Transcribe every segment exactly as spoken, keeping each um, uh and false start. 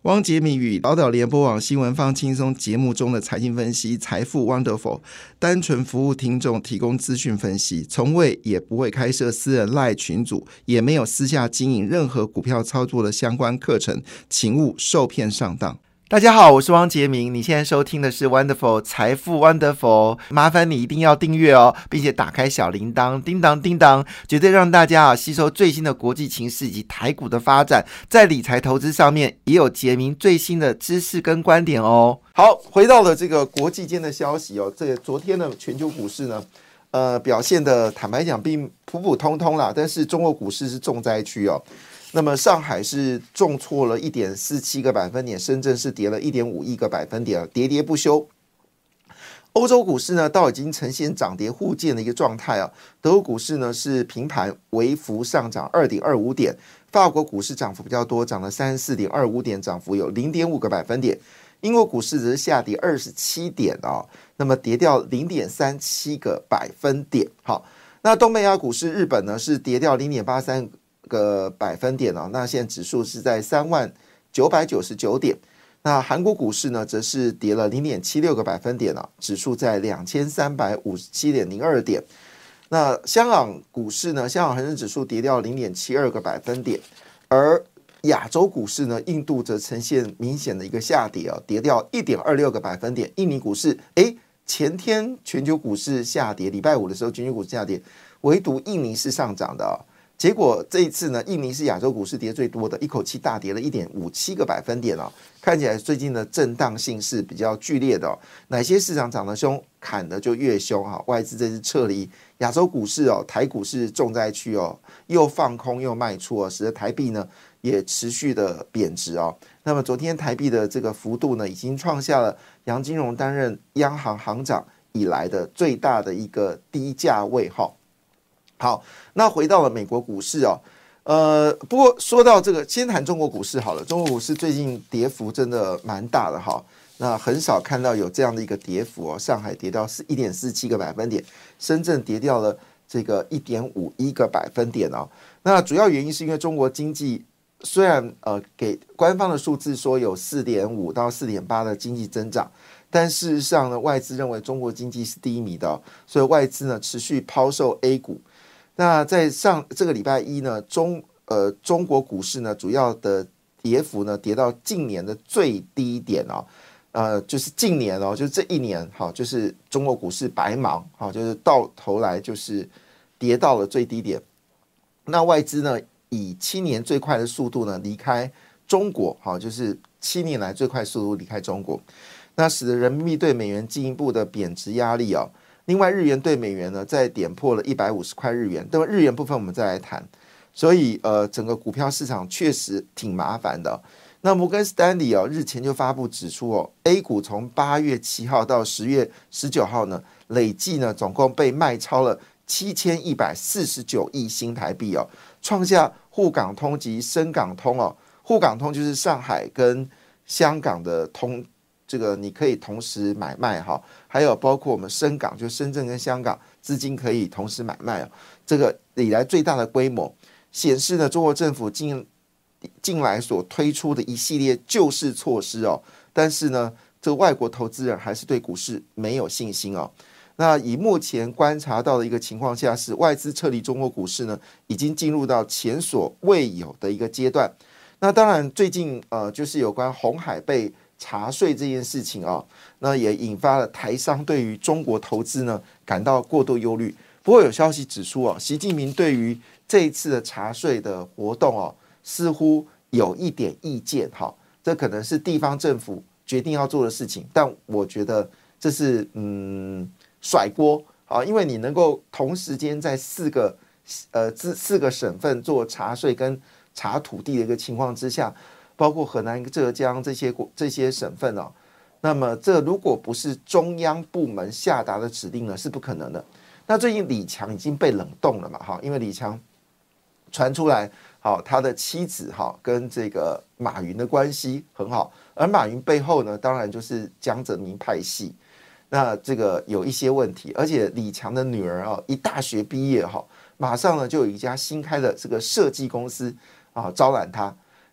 汪杰明与宝岛联播网新闻放轻松节目中的财经分析，财富 Wonderful， 单纯服务听众，提供资讯分析，从未也不会开设私人 LINE 群组，也没有私下经营任何股票操作的相关课程，请勿受骗上当。大家好，我是汪杰明，你现在收听的是 Wonderful 财富 Wonderful， 麻烦你一定要订阅哦，并且打开小铃铛，叮当叮当，绝对让大家啊吸收最新的国际情势以及台股的发展，在理财投资上面也有杰明最新的知识跟观点哦。好，回到了这个国际间的消息哦，这个昨天的全球股市呢，呃，表现的坦白讲并普普通通啦，但是中国股市是重灾区哦。那么上海是重挫了 一点四七 个百分点，深圳是跌了 一点五一 个百分点，喋喋不休。欧洲股市呢，倒已经呈现涨跌互见的一个状态啊。德国股市呢是平盘微幅上涨 二点二五 点，法国股市涨幅比较多，涨了 三十四点二五 点，涨幅有 零点五 个百分点。英国股市则是下跌二十七点啊，那么跌掉 零点三七 个百分点。好，那东北亚股市日本呢是跌掉 零点八三个百分点哦，那现在指数是在三万九百九十九点。那韩国股市呢，则是跌了 零点七六 个百分点哦，指数在两千三百五十七点零二点。那香港股市呢，香港恒生指数跌掉 零点七二 个百分点，而亚洲股市呢，印度则呈现明显的一个下跌哦，跌掉 一点二六 个百分点。印尼股市，诶，前天全球股市下跌，礼拜五的时候全球股市下跌，唯独印尼是上涨的哦。结果这一次呢，印尼是亚洲股市跌最多的，一口气大跌了 一点五七 个百分点哦。看起来最近的震荡性是比较剧烈的哦。哪些市场涨得凶，砍的就越凶哈、哦。外资这次撤离亚洲股市哦，台股是重灾区哦，又放空又卖出哦，使得台币呢也持续的贬值哦。那么昨天台币的这个幅度呢，已经创下了杨金龙担任央行行长以来的最大的一个低价位哈、哦。好，那回到了美国股市哦，呃，不过说到这个，先谈中国股市好了。中国股市最近跌幅真的蛮大的哈，那很少看到有这样的一个跌幅哦。上海跌到是 一点四七 个百分点，深圳跌掉了这个 一点五一 个百分点哦。那主要原因是因为中国经济虽然呃给官方的数字说有 四点五 到 四点八 的经济增长，但事实上呢，外资认为中国经济是低迷的、哦，所以外资呢持续抛售 A 股。那在上这个礼拜一呢，中呃中国股市呢主要的跌幅呢跌到近年的最低点哦，呃就是近年哦，就是这一年好，就是中国股市白忙好，就是到头来就是跌到了最低点。那外资呢以七年最快的速度呢离开中国，好，就是七年来最快速度离开中国，那使得人民币对美元进一步的贬值压力哦。另外，日元对美元呢，再点破了一百五十块日元。那么日元部分我们再来谈。所以，呃，整个股票市场确实挺麻烦的、哦。那摩根士丹利哦，日前就发布指出哦 ，A 股从八月七号到十月十九号呢，累计呢总共被卖超了七千一百四十九亿新台币哦，创下沪港通及深港通哦。沪港通就是上海跟香港的通。这个你可以同时买卖哈，还有包括我们深港，就深圳跟香港资金可以同时买卖哦。这个以来最大的规模，显示呢中国政府近近来所推出的一系列救市措施哦，但是呢，这个外国投资人还是对股市没有信心哦。那以目前观察到的一个情况下是，外资撤离中国股市呢，已经进入到前所未有的一个阶段。那当然，最近呃，就是有关鸿海被查税这件事情啊，那也引发了台商对于中国投资呢感到过度忧虑。不过有消息指出哦，习近平对于这一次的查税的活动哦，似乎有一点意见哈，这可能是地方政府决定要做的事情，但我觉得这是嗯甩锅啊，因为你能够同时间在四个呃四个省份做查税跟查土地的一个情况之下。包括河南、浙江这些这些省份哦，那么这如果不是中央部门下达的指令呢，是不可能的。那最近李强已经被冷冻了嘛，哈，因为李强传出来，好，他的妻子哈跟这个马云的关系很好，而马云背后呢，当然就是江泽民派系，那这个有一些问题，而且李强的女儿啊，一大学毕业哈，马上呢就有一家新开的这个设计公司啊招揽他。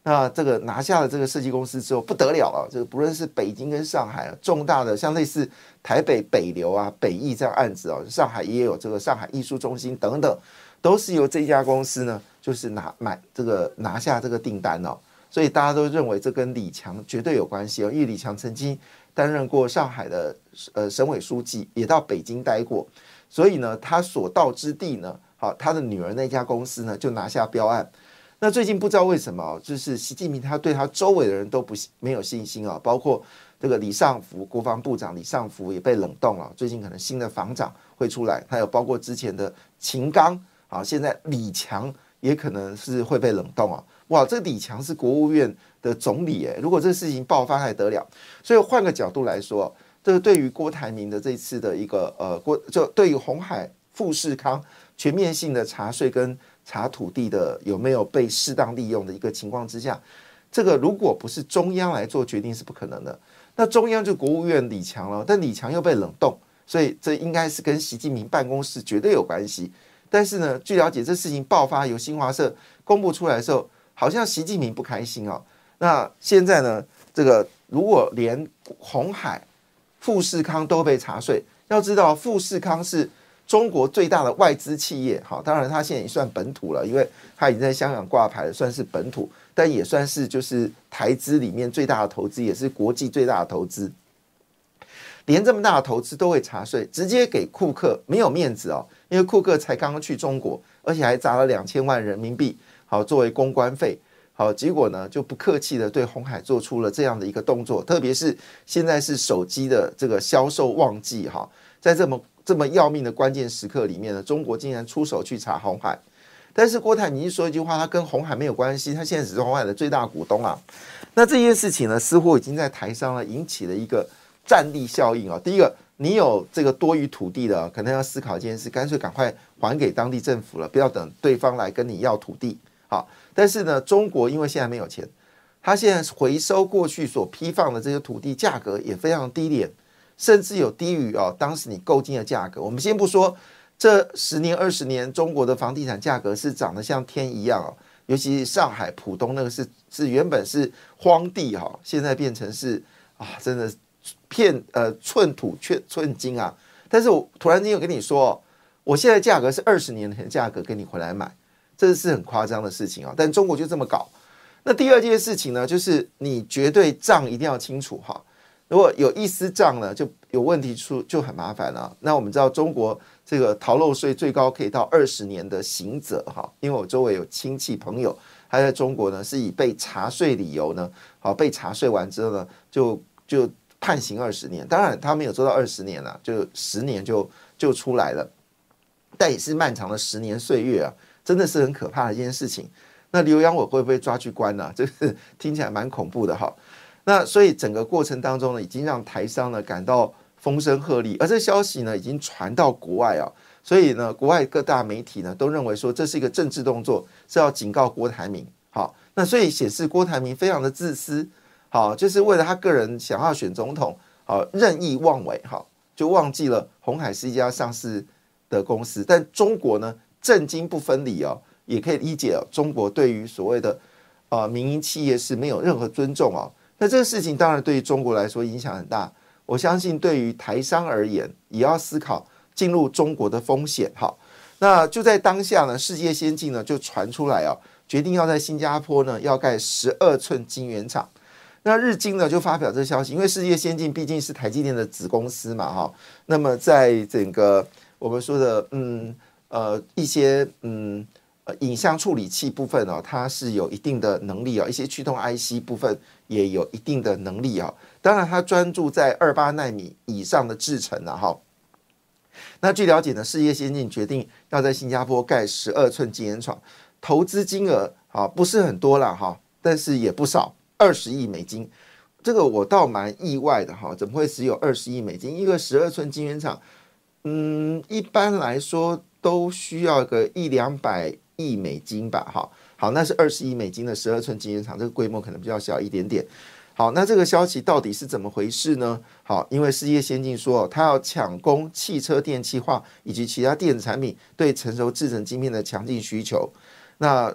那这个拿下了这个设计公司之后不得了了，这个不论是北京跟上海啊，重大的像类似台北北流啊、北艺这样案子啊，上海也有这个上海艺术中心等等，都是由这家公司呢，就是拿买这个拿下这个订单哦。所以大家都认为这跟李强绝对有关系哦，因为李强曾经担任过上海的呃省委书记，也到北京待过，所以呢，他所到之地呢，好，他的女儿那家公司呢就拿下标案。那最近不知道为什么，就是习近平他对他周围的人都不没有信心啊，包括这个李尚福国防部长李尚福也被冷冻了，最近可能新的防长会出来，还有包括之前的秦刚啊，现在李强也可能是会被冷冻啊。哇，这李强是国务院的总理哎，如果这个事情爆发还得了？所以换个角度来说，这个对于郭台铭的这次的一个呃郭，就对于鸿海富士康全面性的查税跟查土地的有没有被适当利用的一个情况之下，这个如果不是中央来做决定是不可能的。那中央就国务院李强了，但李强又被冷冻，所以这应该是跟习近平办公室绝对有关系。但是呢，据了解，这事情爆发由新华社公布出来的时候，好像习近平不开心哦。那现在呢，这个如果连鸿海、富士康都被查税，要知道富士康是中国最大的外资企业，好，当然它现在也算本土了，因为它已经在香港挂牌了，算是本土，但也算是就是台资里面最大的投资，也是国际最大的投资。连这么大的投资都会查税，直接给库克没有面子哦，因为库克才刚刚去中国，而且还砸了两千万人民币，好作为公关费。好，结果呢就不客气的对鸿海做出了这样的一个动作，特别是现在是手机的这个销售旺季哈，在这么这么要命的关键时刻里面呢，中国竟然出手去查鸿海。但是郭台铭说一句话，他跟鸿海没有关系，他现在只是鸿海的最大股东啊。那这件事情呢，似乎已经在台上呢引起了一个战力效应啊。第一个，你有这个多余土地的，可能要思考一件事，干脆赶快还给当地政府了，不要等对方来跟你要土地。好，但是呢，中国因为现在没有钱，他现在回收过去所批放的这些土地价格也非常低廉，甚至有低于哦当时你购进的价格。我们先不说这十年、二十年中国的房地产价格是涨得像天一样哦，尤其是上海浦东那个是是原本是荒地哈，现在变成是啊，真的片呃寸土寸寸金啊。但是我突然间有跟你说、哦，我现在价格是二十年前的价格跟你回来买。这是很夸张的事情啊，但中国就这么搞。那第二件事情呢，就是你绝对账一定要清楚哈。如果有一丝账呢，就有问题出就很麻烦了。那我们知道中国这个逃漏税最高可以到二十年的刑责哈，因为我周围有亲戚朋友，他在中国呢是以被查税理由呢，好被查税完之后呢，就就判刑二十年。当然他没有做到二十年了，就十年就就出来了，但也是漫长的十年岁月啊。真的是很可怕的一件事情。那刘扬伟会不会抓去关呢、啊？这个听起来蛮恐怖的哈。那所以整个过程当中呢，已经让台商呢感到风声鹤唳，而这消息呢已经传到国外啊。所以呢，国外各大媒体呢都认为说这是一个政治动作，是要警告郭台铭。好，那所以显示郭台铭非常的自私，好，就是为了他个人想要选总统，好任意妄为，好就忘记了鸿海是一家上市的公司，但中国呢？政经不分离哦，也可以理解、哦、中国对于所谓的呃民营企业是没有任何尊重哦。那这个事情当然对于中国来说影响很大，我相信对于台商而言，也要思考进入中国的风险。好，那就在当下呢，世界先进呢就传出来哦，决定要在新加坡呢要盖十二寸晶圆厂。那日经呢就发表这个消息，因为世界先进毕竟是台积电的子公司嘛，哈。那么在整个我们说的嗯。呃，一些嗯呃影像处理器部分哦，它是有一定的能力哦，一些驱动 I C 部分也有一定的能力啊、哦。当然，它专注在二八奈米以上的制程了哈。那据了解呢，世界先进决定要在新加坡盖十二寸晶圆厂，投资金额啊不是很多啦哈，但是也不少，二十亿美金。这个我倒蛮意外的哈，怎么会只有二十亿美金？一个十二寸晶圆厂，嗯，一般来说。都需要个一两百亿美金吧，哈，好，那是二十亿美金的十二寸晶圆厂，这个规模可能比较小一点点。好，那这个消息到底是怎么回事呢？好，因为世界先进说，它要抢攻汽车电气化以及其他电子产品对成熟制程晶片的强劲需求。那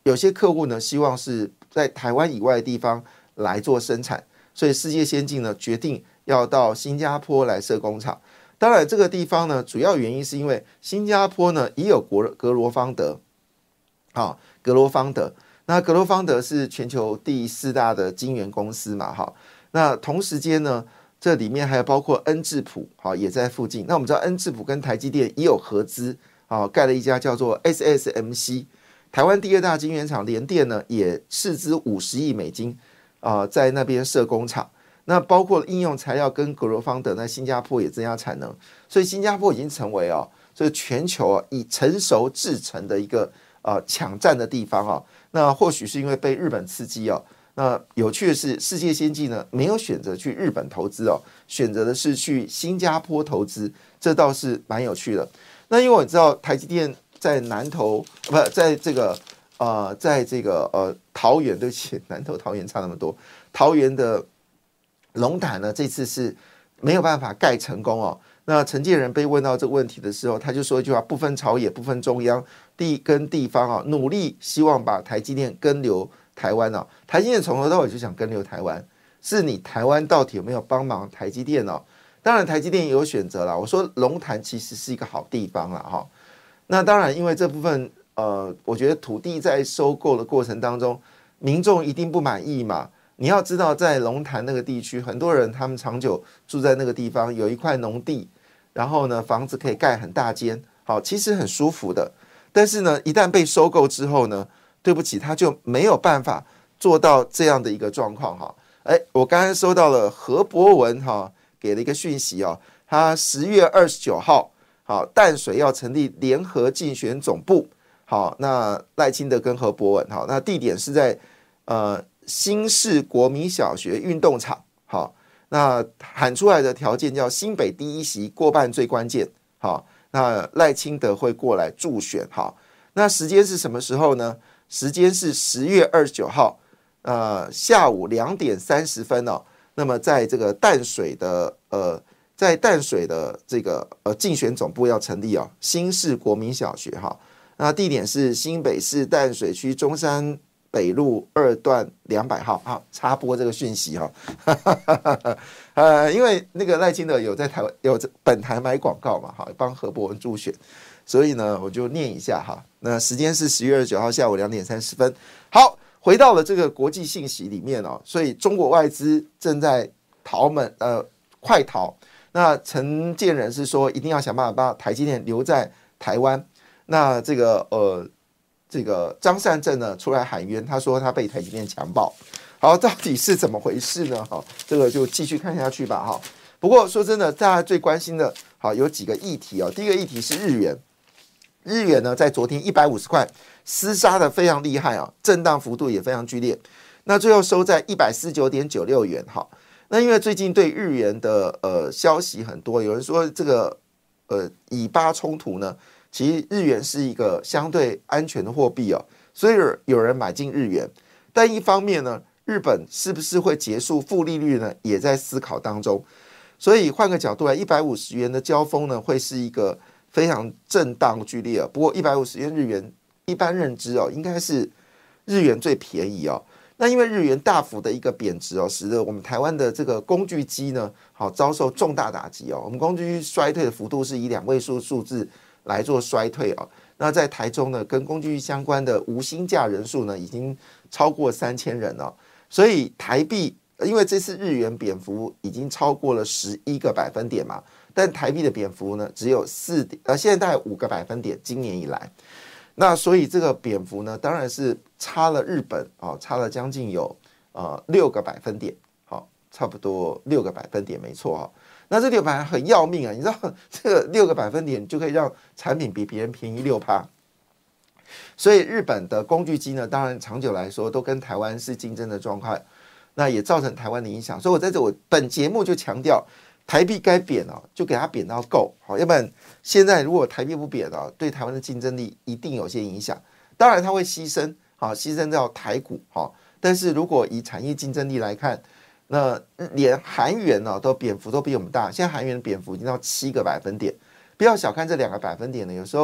有些客户呢希望是在台湾以外的地方来做生产，所以世界先进呢决定要到新加坡来设工厂。当然，这个地方呢，主要原因是因为新加坡呢也有国格罗方德，好，格罗方德。那格罗方德是全球第四大的晶圆公司嘛，哈。那同时间呢，这里面还有包括恩智浦，好，也在附近。那我们知道恩智浦跟台积电也有合资，好，盖了一家叫做 S S M C， 台湾第二大晶圆厂联电呢也斥资五十亿美金，啊、呃，在那边设工厂。那包括应用材料跟格罗方德，那新加坡也增加产能，所以新加坡已经成为哦，这全球啊以成熟制成的一个呃抢占的地方啊。那或许是因为被日本刺激哦。那有趣的是，世界先进呢没有选择去日本投资哦，选择的是去新加坡投资，这倒是蛮有趣的。那因为我知道台积电在南投，不在这个呃，在这个呃桃园，对不起，南投桃园差那么多，桃园的。龙潭呢，这次是没有办法盖成功哦。那陈建仁被问到这个问题的时候，他就说一句话：不分朝野，不分中央，地跟地方啊，努力希望把台积电跟留台湾哦。台积电从头到尾就想跟留台湾，是你台湾到底有没有帮忙台积电哦？当然，台积电也有选择啦。我说龙潭其实是一个好地方啦哈。那当然，因为这部分呃，我觉得土地在收购的过程当中，民众一定不满意嘛。你要知道，在龙潭那个地区，很多人他们长久住在那个地方，有一块农地，然后呢，房子可以盖很大间，好，其实很舒服的。但是呢，一旦被收购之后呢，对不起，他就没有办法做到这样的一个状况哈。哎，我刚才收到了何博文哈给了一个讯息哦，他十月二十九号，好，淡水要成立联合竞选总部，好，那赖清德跟何博文，好，那地点是在呃。新市国民小学运动场，好，那喊出来的条件叫新北第一席过半最关键，好，那赖清德会过来助选，好，那时间是什么时候呢？时间是十月二十九号，呃，下午两点三十分哦。那么在这个淡水的呃，在淡水的这个呃竞选总部要成立哦，新市国民小学哈，那地点是新北市淡水区中山。北路二段两百号，好，插播这个讯息哈，呃，因为那个赖清德有在台湾有本台买广告嘛，好，帮何博文助选，所以呢，我就念一下哈。那时间是十月二十九号下午两点三十分。好，回到了这个国际信息里面哦，所以中国外资正在逃门，呃，快逃。那陈建仁是说，一定要想办法把台积电留在台湾。那这个呃。这个张善政呢出来喊冤，他说他被台积电强暴。好，到底是怎么回事呢？好，这个就继续看下去吧。哈，不过说真的，大家最关心的，好有几个议题哦。第一个议题是日元，日元呢在昨天一百五十块厮杀的非常厉害啊，震荡幅度也非常剧烈。那最后收在一百四十九点九六元。哈，那因为最近对日元的呃消息很多，有人说这个呃以巴冲突呢。其实日元是一个相对安全的货币哦，所以有人买进日元。但一方面呢，日本是不是会结束负利率呢？也在思考当中。所以换个角度来，一百五十元的交锋呢，会是一个非常震荡剧烈哦。不过一百五十元日元，一般认知哦，应该是日元最便宜哦。那因为日元大幅的一个贬值哦，使得我们台湾的这个工具机呢，好遭受重大打击哦。我们工具机衰退的幅度是以两位数数字。来做衰退啊，那在台中呢，跟工具相关的无薪假人数呢，已经超过三千人了。所以台币，因为这次日元贬幅已经超过了十一个百分点嘛，但台币的贬幅呢，只有四点，呃，现在大概五个百分点。今年以来，那所以这个贬幅呢，当然是差了日本啊，差了将近有呃六个百分点，好，差不多六个百分点，没错哈。那这六百很要命啊！你知道这个六个百分点就可以让产品比别人便宜六趴，所以日本的工具机呢，当然长久来说都跟台湾是竞争的状况，那也造成台湾的影响。所以我在这我本节目就强调，台币该贬哦，就给它贬到够，好，要不然现在如果台币不贬哦，对台湾的竞争力一定有些影响。当然它会牺牲，好，牺牲掉台股，好，但是如果以产业竞争力来看。那连韩元呢、哦、都贬幅都比我们大，现在韩元的贬幅已经到七个百分点，不要小看这两个百分点呢，有时候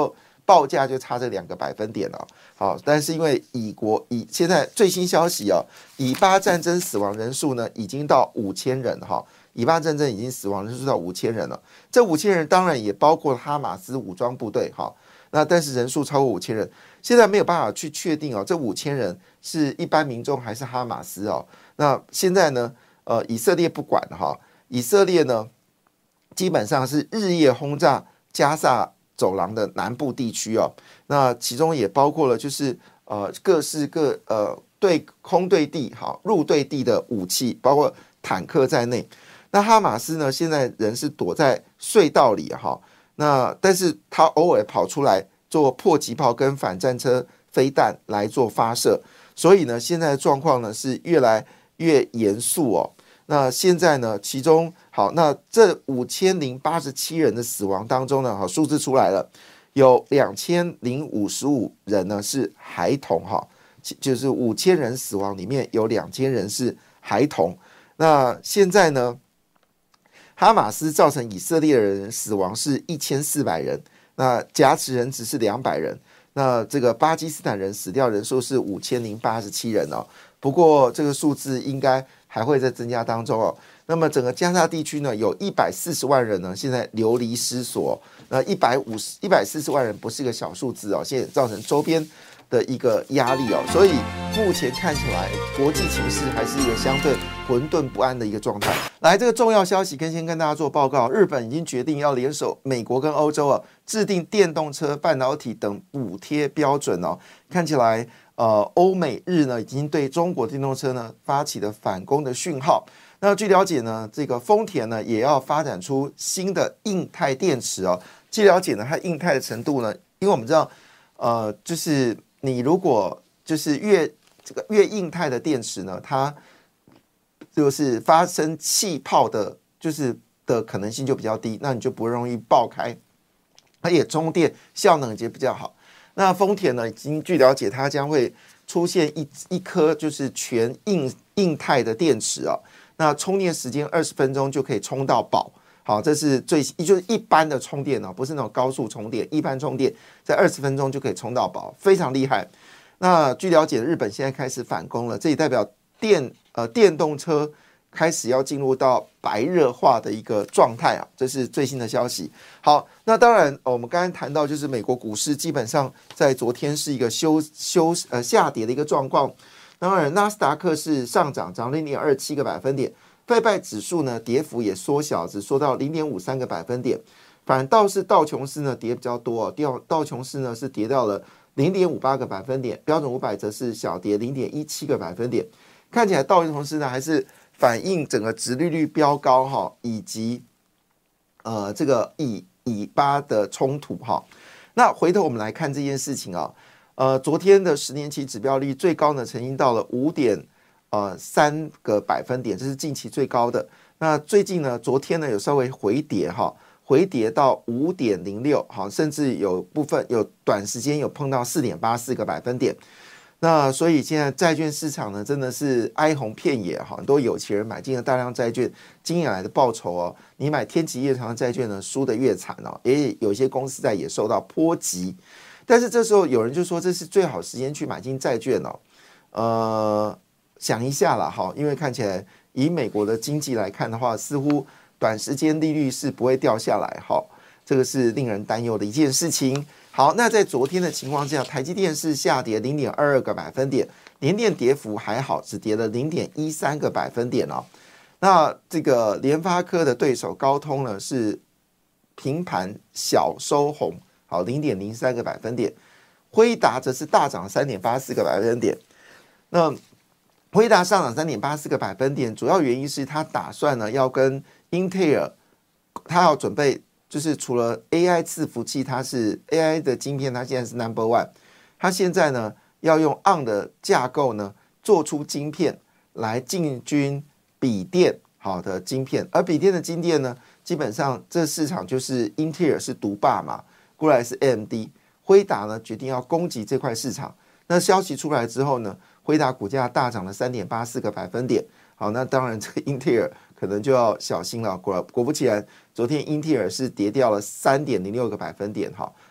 报价就差这两个百分点了。好，但是因为以国以现在最新消息哦，以巴战争死亡人数呢已经到五千人哈，以巴战争已经死亡人数到五千人了。这五千人当然也包括哈马斯武装部队哈，那但是人数超过五千人，现在没有办法去确定哦，这五千人是一般民众还是哈马斯哦。那现在呢，呃，以色列不管哈，以色列呢基本上是日夜轰炸加萨走廊的南部地区哦，那其中也包括了就是呃各式各呃对空对地好陆对地的武器，包括坦克在内。那哈马斯呢，现在人是躲在隧道里哈，那但是他偶尔跑出来做迫击炮跟反战车飞弹来做发射，所以呢，现在的状况呢是越来越严肃哦。那现在呢，其中好，那这五千零八十七人的死亡当中呢，好，数字出来了，有两千零五十五人呢是孩童哈，就是五千人死亡里面有两千人是孩童。那现在呢，哈马斯造成以色列人死亡是一千四百人，那挟持人质是两百人，那这个巴基斯坦人死掉人数是五千零八十七人哦。不过这个数字应该还会在增加当中哦。那么整个加沙地区呢，有一百四十万人呢，现在流离失所。那一百五十、一百四十万人不是一个小数字哦，现在造成周边的一个压力哦。所以目前看起来，国际情势还是一个相对混沌不安的一个状态。来，这个重要消息跟先跟大家做报告，日本已经决定要联手美国跟欧洲啊，制定电动车、半导体等补贴标准哦。看起来。呃，欧美日呢已经对中国电动车呢发起了反攻的讯号。那据了解呢，这个丰田呢也要发展出新的硬态电池哦。据了解呢，它硬态的程度呢，因为我们知道，呃，就是你如果就是越这个越硬态的电池呢，它就是发生气泡的，就是的可能性就比较低，那你就不容易爆开，而且充电效能也比较好。那丰田呢，已经据了解，它将会出现一一颗就是全硬硬态的电池啊，那充电时间二十分钟就可以充到饱。好，这是最就是一般的充电哦，不是那种高速充电，一般充电在二十分钟就可以充到饱，非常厉害。那据了解，日本现在开始反攻了，这也代表电呃电动车开始要进入到白热化的一个状态啊，这是最新的消息。好，那当然，我们刚才谈到，就是美国股市基本上在昨天是一个休休呃下跌的一个状况。当然，纳斯达克是上涨，涨零点二七个百分点，费半指数呢跌幅也缩小，只缩到零点五三个百分点。反倒是道琼斯呢跌比较多哦，道道琼斯呢是跌到了零点五八个百分点，标准五百则是小跌零点一七个百分点。看起来道琼斯呢还是反映整个殖利率飙高哈，以及呃这个以以巴的冲突哈。那回头我们来看这件事情啊，呃，昨天的十年期指标率最高呢，曾经到了五点呃三个百分点，这是近期最高的。那最近呢，昨天呢有稍微回跌哈，回跌到五点零六，好，甚至有部分有短时间有碰到四点八四个百分点。那所以现在债券市场呢，真的是哀鸿遍野哈，很多有钱人买进了大量债券，今年来的报酬哦，你买天期越长的债券呢，输得越惨哦，也有些公司债也受到波及。但是这时候有人就说，这是最好时间去买进债券哦，呃，想一下啦哈，因为看起来以美国的经济来看的话，似乎短时间利率是不会掉下来哈，这个是令人担忧的一件事情。好，那在昨天的情况下，台积电是下跌零点二二个百分点，联电跌幅还好，只跌了零点一三个百分点哦。那这个联发科的对手高通呢，是平盘小收红，好零点零三个百分点。辉达则是大涨三点八四个百分点。那辉达上涨三点八四个百分点，主要原因是他打算呢要跟英特尔，他要准备。就是除了 A I 伺服器，它是 A I 的晶片，它现在是 number one。它现在呢要用 A R M 的架构呢做出晶片来进军笔电好的晶片，而笔电的晶片呢，基本上这市场就是英特尔是独霸嘛，过来是 A M D， 辉达呢决定要攻击这块市场。那消息出来之后呢，辉达股价大涨了三点八四个百分点。好，那当然这个英特尔可能就要小心了。果果不其然，昨天英特尔是跌掉了三点零六个百分点，哈，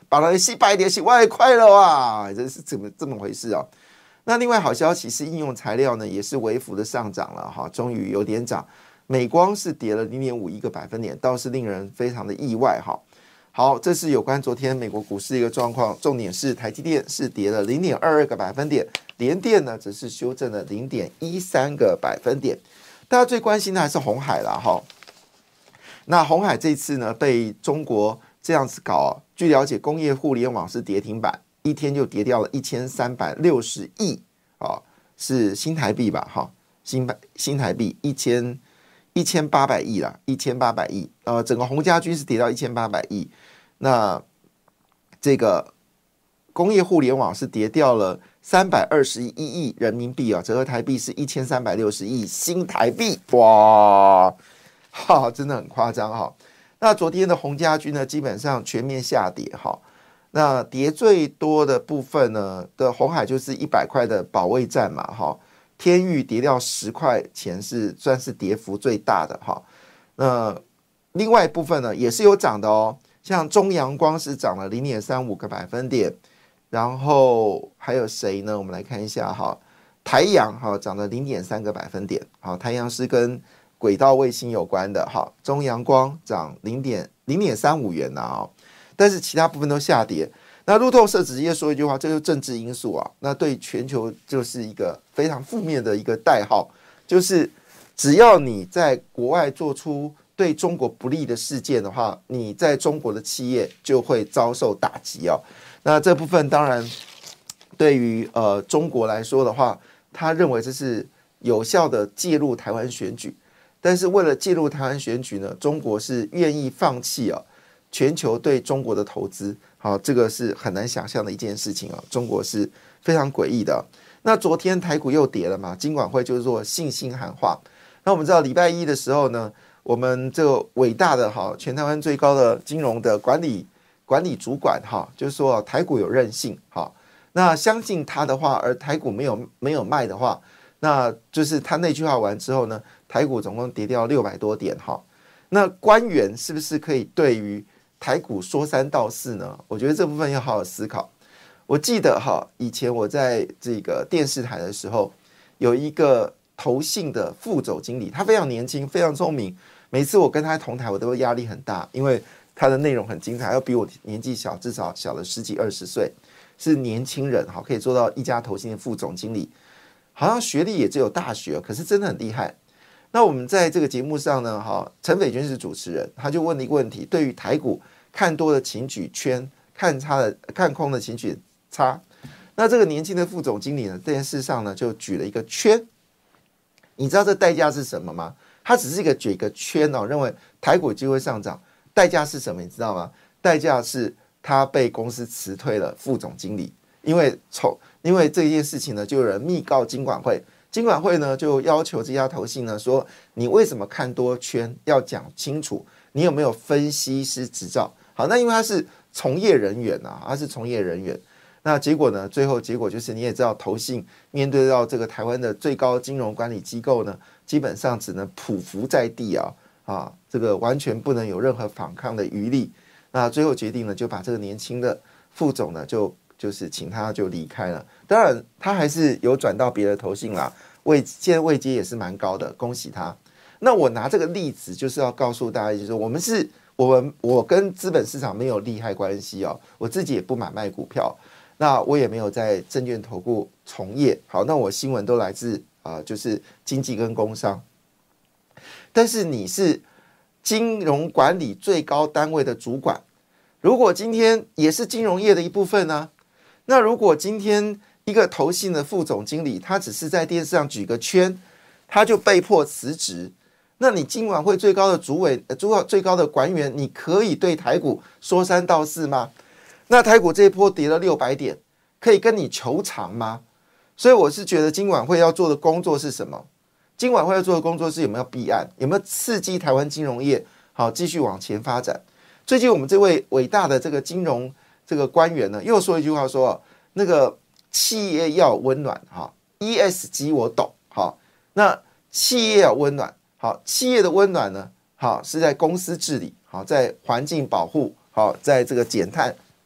把人洗白点洗外快了啊，这是怎么这么回事啊？那另外好消息是应用材料呢也是微幅的上涨了哈，终于有点涨。美光是跌了 零点五一个百分点，倒是令人非常的意外哈。好，这是有关昨天美国股市的一个状况，重点是台积电是跌了 零点二二个百分点，联电呢则是修正了 零点一三个百分点。大家最关心的还是鸿海啦哈。那鸿海这次呢被中国这样子搞、啊，据了解工业互联网是跌停板，一天就跌掉了一千三百六十亿啊，是新台币吧哈，新新台币一千。一千八百亿啦，一千八百亿，呃，整个鸿家军是跌到一千八百亿，那这个工业互联网是跌掉了三百二十一亿人民币啊，折合台币是一千三百六十亿新台币，哇，哈，真的很夸张哈。那昨天的鸿家军呢，基本上全面下跌哈，那跌最多的部分呢的鸿海就是一百块的保卫战嘛哈。天钰跌掉十块钱是算是跌幅最大的哈，那另外一部分呢也是有涨的哦，像中阳光是涨了 零点三五个百分点，然后还有谁呢？我们来看一下哈，台阳哈涨了 零点三个百分点，好，台阳是跟轨道卫星有关的哈，中阳光涨零点零点三五元呐、啊、但是其他部分都下跌。那路透社直接说一句话，这就是政治因素啊。那对全球就是一个非常负面的一个代号，就是只要你在国外做出对中国不利的事件的话，你在中国的企业就会遭受打击啊。那这部分当然对于呃中国来说的话，他认为这是有效的介入台湾选举，但是为了介入台湾选举呢，中国是愿意放弃啊全球对中国的投资。好，这个是很难想象的一件事情啊！中国是非常诡异的。那昨天台股又跌了嘛？金管会就是做信心喊话。那我们知道礼拜一的时候呢，我们这个伟大的哈全台湾最高的金融的管理管理主管哈，就是说台股有韧性哈。那相信他的话，而台股没有没有卖的话，那就是他那句话完之后呢，台股总共跌掉六百多点哈。那官员是不是可以对于台股说三道四呢？我觉得这部分要好好思考。我记得哈，以前我在这个电视台的时候，有一个投信的副总经理，他非常年轻，非常聪明。每次我跟他同台，我都压力很大，因为他的内容很精彩，要比我年纪小，至少小了十几二十岁，是年轻人哈，可以做到一家投信的副总经理，好像学历也只有大学，可是真的很厉害。那我们在这个节目上呢，哈，陈斐君是主持人，他就问了一个问题：对于台股看多的请举圈，看差的看空的请举差。那这个年轻的副总经理呢，这件事上呢，就举了一个圈。你知道这代价是什么吗？他只是一个举一个圈哦，认为台股机会上涨，代价是什么？你知道吗？代价是他被公司辞退了副总经理，因为从因为这件事情呢，就有人密告金管会。金管会呢就要求这家投信呢说，你为什么看多圈要讲清楚，你有没有分析师执照？好，那因为他是从业人员啊，他是从业人员，那结果呢，最后结果就是你也知道，投信面对到这个台湾的最高金融管理机构呢，基本上只能匍匐在地啊啊，这个完全不能有任何反抗的余力。那最后决定呢，就把这个年轻的副总呢就。就是请他就离开了，当然他还是有转到别的投信啦，位现在位阶也是蛮高的，恭喜他。那我拿这个例子就是要告诉大家，就是我们是我们我跟资本市场没有利害关系哦，我自己也不买卖股票，那我也没有在证券投顾从业。好，那我新闻都来自啊、呃，就是经济跟工商。但是你是金融管理最高单位的主管，如果今天也是金融业的一部分呢？那如果今天一个投信的副总经理，他只是在电视上举个圈，他就被迫辞职，那你金管会最高的主委、主最高的官员，你可以对台股说三道四吗？那台股这一波跌了六百点，可以跟你求偿吗？所以我是觉得金管会要做的工作是什么？金管会要做的工作是有没有弊案，有没有刺激台湾金融业好继续往前发展？最近我们这位伟大的这个金融这个官员呢，又说一句话说，那个企业要温暖哈 ，E S G 我懂哈，那企业要温暖好，企业的温暖呢，好是在公司治理好，在环境保护好，在这个减碳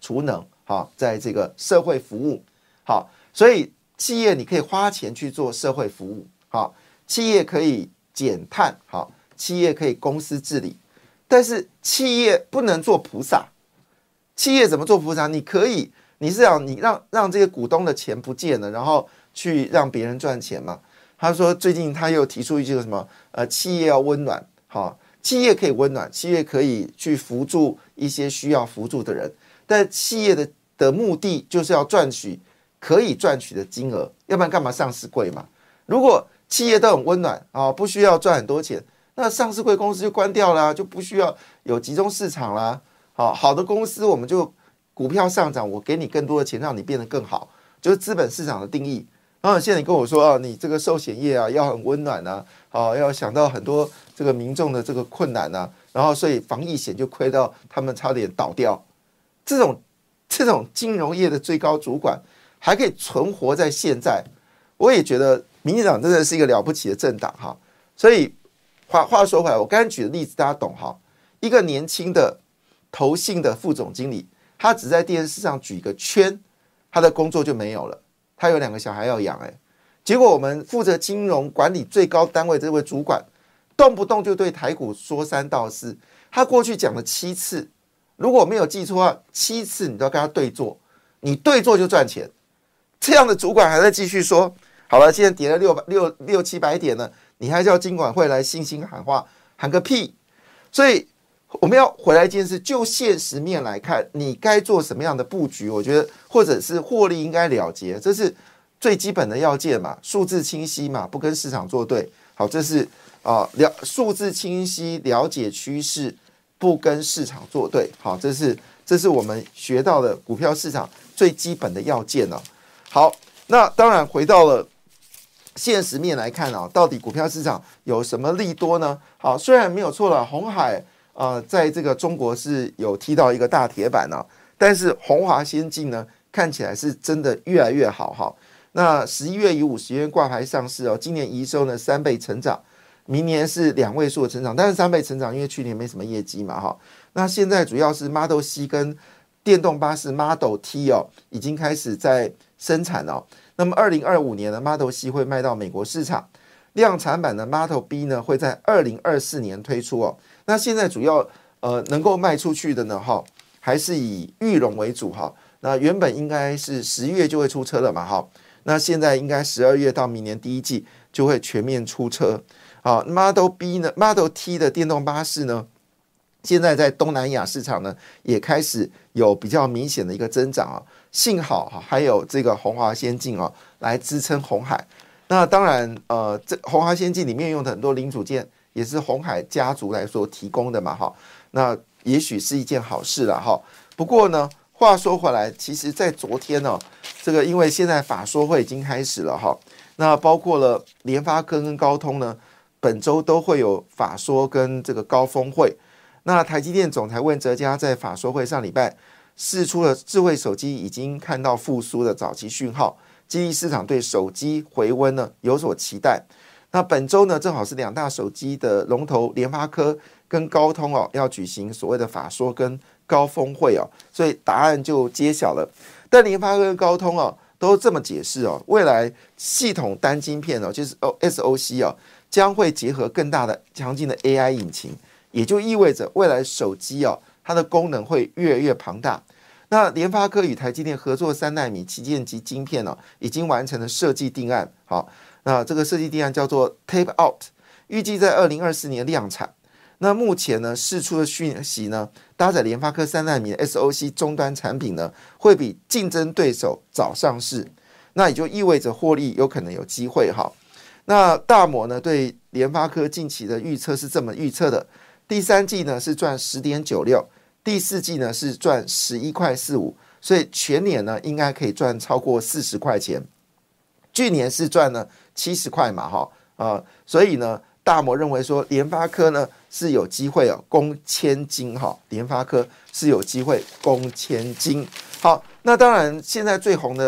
储能，好，在这个社会服务，好，所以企业你可以花钱去做社会服务，好，企业可以减碳，好，企业可以公司治理，但是企业不能做菩萨。企业怎么做菩萨？你可以，你是要你让让这些股东的钱不见了，然后去让别人赚钱嘛？他说最近他又提出一句什么？呃，企业要温暖，好，企业可以温暖，企业可以去扶助一些需要扶助的人，但企业的的目的就是要赚取可以赚取的金额，要不然干嘛上市柜嘛？如果企业都很温暖啊，不需要赚很多钱，那上市柜公司就关掉了，就不需要有集中市场啦。好好的公司，我们就股票上涨，我给你更多的钱，让你变得更好，就是资本市场的定义。然后现在你跟我说啊，你这个寿险业啊要很温暖啊，啊要想到很多这个民众的这个困难啊，然后所以防疫险就亏到他们差点倒掉。这种这种金融业的最高主管还可以存活在现在，我也觉得民进党真的是一个了不起的政党哈。所以话话说回来，我刚才举的例子大家懂哈，一个年轻的投信的副总经理，他只在电视上举个圈，他的工作就没有了。他有两个小孩要养，哎，结果我们负责金融管理最高单位这位主管，动不动就对台股说三道四。他过去讲了七次，如果我没有记错的话，七次你都要跟他对坐，你对坐就赚钱。这样的主管还在继续说，好了，现在跌了六百六六七百点了，你还叫金管会来信心喊话，喊个屁！所以。我们要回来一件事，就现实面来看，你该做什么样的布局？我觉得，或者是获利应该了结，这是最基本的要件嘛，数字清晰嘛，不跟市场作对。好，这是啊，了数字清晰，了解趋势，不跟市场作对。好，这是这是我们学到的股票市场最基本的要件呢、哦。好，那当然回到了现实面来看啊，到底股票市场有什么利多呢？好，虽然没有错了，鸿海。呃，在这个中国是有踢到一个大铁板呢、啊，但是鸿华先进呢，看起来是真的越来越好哈。那十一月以五十元挂牌上市哦，今年营收呢三倍成长，明年是两位数的成长，但是三倍成长，因为去年没什么业绩嘛哈。那现在主要是 Model C 跟电动巴士 Model T 哦，已经开始在生产哦。那么二零二五年的 Model C 会卖到美国市场，量产版的 Model B 呢会在二零二四年推出哦。那现在主要呃能够卖出去的呢，哈，还是以裕隆为主哈。那原本应该是十月就会出车了嘛，哈。那现在应该十二月到明年第一季就会全面出车。好 ，Model B 呢 ，Model T 的电动巴士呢，现在在东南亚市场呢也开始有比较明显的一个增长啊。幸好哈，还有这个鸿华先进啊来支撑鸿海。那当然，呃，这鸿华先进里面用的很多零组件。也是鸿海家族来说提供的嘛，哈，那也许是一件好事了，哈。不过呢，话说回来，其实在昨天呢、哦，这个因为现在法说会已经开始了，哈，那包括了联发科跟高通呢，本周都会有法说跟这个高峰会。那台积电总裁问哲嘉在法说会上礼拜释出了智慧手机已经看到复苏的早期讯号，激励市场对手机回温呢有所期待。那本周呢，正好是两大手机的龙头联发科跟高通哦，要举行所谓的法说跟高峰会哦，所以答案就揭晓了。但联发科跟高通哦，都这么解释哦，未来系统单晶片哦，就是 S O C 哦，将会结合更大的强劲的 A I 引擎，也就意味着未来手机哦，它的功能会越来越庞大。那联发科与台积电合作三奈米旗舰级晶片哦，已经完成了设计定案，好。那这个设计定案叫做 Tape Out， 预计在二零二四年量产。那目前呢，释出的讯息呢，搭载联发科三奈米的 S O C 终端产品呢，会比竞争对手早上市，那也就意味着获利有可能有机会哈。那大摩呢对联发科近期的预测是这么预测的：第三季呢是赚十点九六，第四季呢是赚十一块四五，所以全年呢应该可以赚超过四十块钱。去年是赚了七十块嘛，哈啊，所以呢，大摩认为说联发科呢是有机会哦攻千金哈，联发科是有机会攻千金。好，那当然现在最红的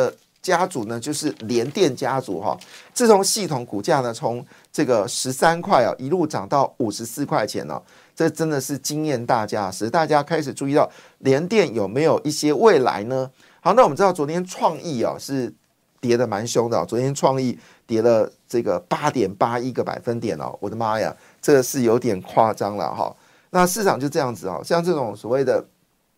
家族呢，就是联电家族哈。自从系统股价呢从这个十三块啊一路涨到五十四块钱哦，这真的是惊艳大家，使大家开始注意到联电有没有一些未来呢？好，那我们知道昨天创意啊是跌得蛮凶的、哦，昨天创意跌了这个八点八一个百分点哦，我的妈呀，这个是有点夸张了哈。那市场就这样子哦，像这种所谓的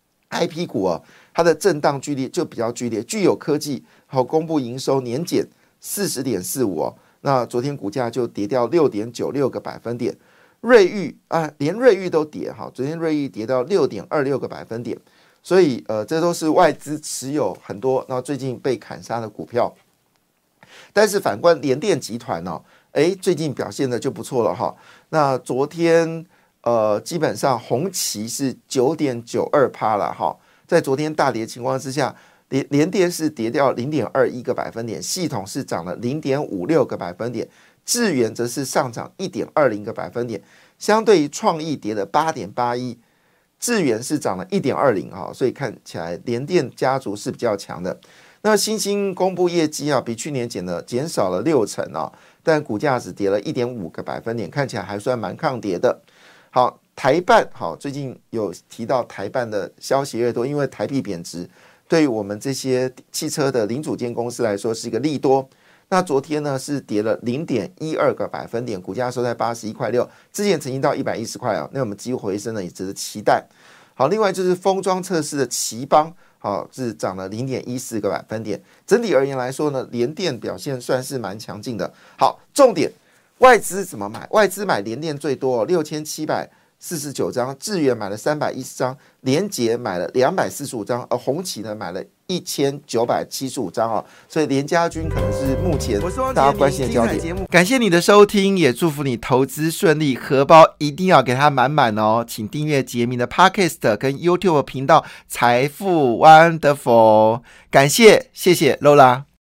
I P 股啊，它的震荡剧烈就比较剧烈。具有科技好公布营收年减四十点四五哦，那昨天股价就跌掉六点九六个百分点。瑞昱啊，连瑞昱都跌哈，昨天瑞昱跌到六点二六个百分点。所以呃，这都是外资持有很多，那最近被砍杀的股票。但是反观联电集团哦，哎，最近表现的就不错了哈。那昨天呃，基本上红旗是九点九二趴了哈。在昨天大跌情况之下，联联电是跌掉零点二一个百分点，系统是涨了零点五六个百分点，智原则是上涨一点二零个百分点，相对于创意跌了八点八一。智原是涨了 一点二零 哈，所以看起来联电家族是比较强的。那新兴公布业绩啊，比去年减了减少了六成啊，但股价只跌了 一点五个百分点，看起来还算蛮抗跌的。好，台办好，最近有提到台办的消息越多，因为台币贬值，对于我们这些汽车的零组件公司来说是一个利多。那昨天呢是跌了 零点一二个百分点，股价收在八十一块六，之前曾经到一百一十块啊，那我们机会回升呢也值得期待。好，另外就是封装测试的奇邦，好是涨了 零点一四个百分点。整体而言来说呢，联电表现算是蛮强劲的。好，重点外资怎么买？外资买联电最多六千七百四十九张，智原买了三百一十张，联捷买了两百四十五张，而红旗呢买了一千九百七十五张哦，所以联家军可能是目前大家关心的焦点。感谢你的收听，也祝福你投资顺利，荷包一定要给它满满哦。请订阅杰明的 Podcast 跟 YouTube 频道财富 Wonderful， 感谢，谢谢 Lola。